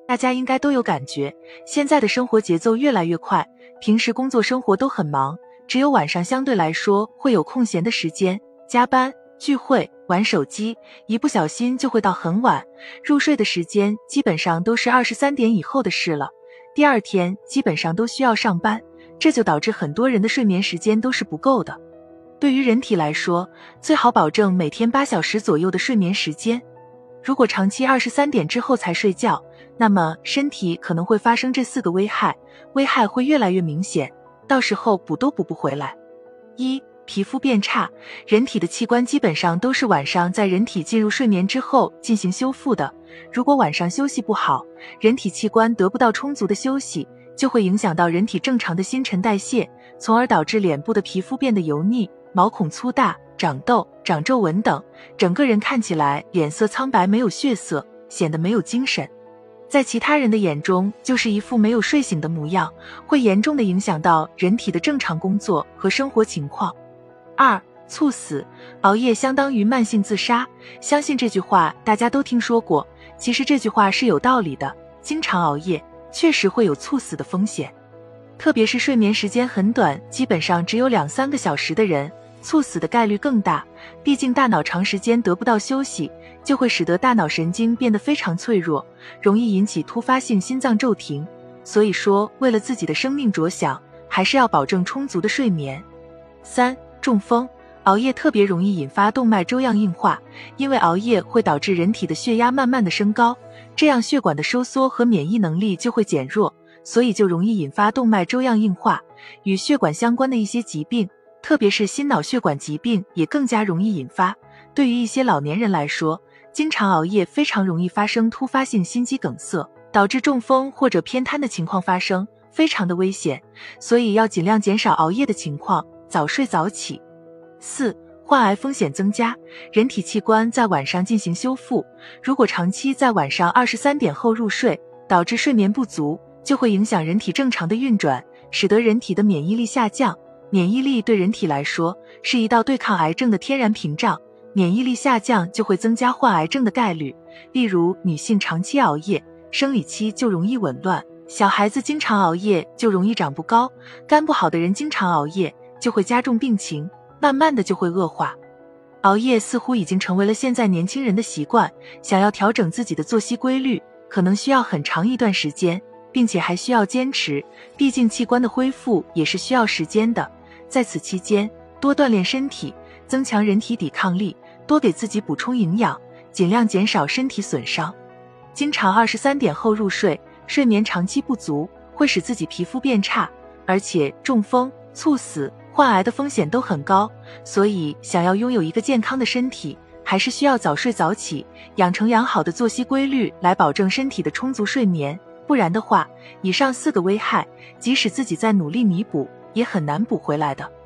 大家应该都有感觉，现在的生活节奏越来越快，平时工作生活都很忙，只有晚上相对来说会有空闲的时间，加班、聚会、玩手机，一不小心就会到很晚，入睡的时间基本上都是23点以后的事了。第二天基本上都需要上班，这就导致很多人的睡眠时间都是不够的。对于人体来说，最好保证每天8小时左右的睡眠时间。如果长期23点之后才睡觉，那么身体可能会发生这4个危害，危害会越来越明显，到时候补都补不回来。1、皮肤变差。人体的器官基本上都是晚上在人体进入睡眠之后进行修复的，如果晚上休息不好，人体器官得不到充足的休息，就会影响到人体正常的新陈代谢，从而导致脸部的皮肤变得油腻、毛孔粗大、长痘、长皱纹等，整个人看起来脸色苍白，没有血色，显得没有精神。在其他人的眼中就是一副没有睡醒的模样，会严重的影响到人体的正常工作和生活情况。2、猝死。熬夜相当于慢性自杀，相信这句话大家都听说过，其实这句话是有道理的，经常熬夜确实会有猝死的风险，特别是睡眠时间很短，基本上只有2-3个小时的人，猝死的概率更大，毕竟大脑长时间得不到休息，就会使得大脑神经变得非常脆弱，容易引起突发性心脏骤停。所以说，为了自己的生命着想，还是要保证充足的睡眠。3、中风。熬夜特别容易引发动脉粥样硬化，因为熬夜会导致人体的血压慢慢的升高，这样血管的收缩和免疫能力就会减弱，所以就容易引发动脉粥样硬化。与血管相关的一些疾病，特别是心脑血管疾病也更加容易引发。对于一些老年人来说，经常熬夜非常容易发生突发性心肌梗塞，导致中风或者偏瘫的情况发生，非常的危险，所以要尽量减少熬夜的情况，早睡早起。4、患癌风险增加。人体器官在晚上进行修复，如果长期在晚上23点后入睡，导致睡眠不足，就会影响人体正常的运转，使得人体的免疫力下降。免疫力对人体来说是一道对抗癌症的天然屏障，免疫力下降就会增加患癌症的概率。例如女性长期熬夜，生理期就容易紊乱，小孩子经常熬夜就容易长不高，肝不好的人经常熬夜就会加重病情，慢慢的就会恶化。熬夜似乎已经成为了现在年轻人的习惯，想要调整自己的作息规律，可能需要很长一段时间，并且还需要坚持，毕竟器官的恢复也是需要时间的。在此期间，多锻炼身体，增强人体抵抗力，多给自己补充营养，尽量减少身体损伤。经常23点后入睡，睡眠长期不足，会使自己皮肤变差，而且中风、猝死、患癌的风险都很高，所以想要拥有一个健康的身体，还是需要早睡早起，养成良好的作息规律来保证身体的充足睡眠，不然的话，以上4个危害，即使自己再努力弥补，也很难补回来的。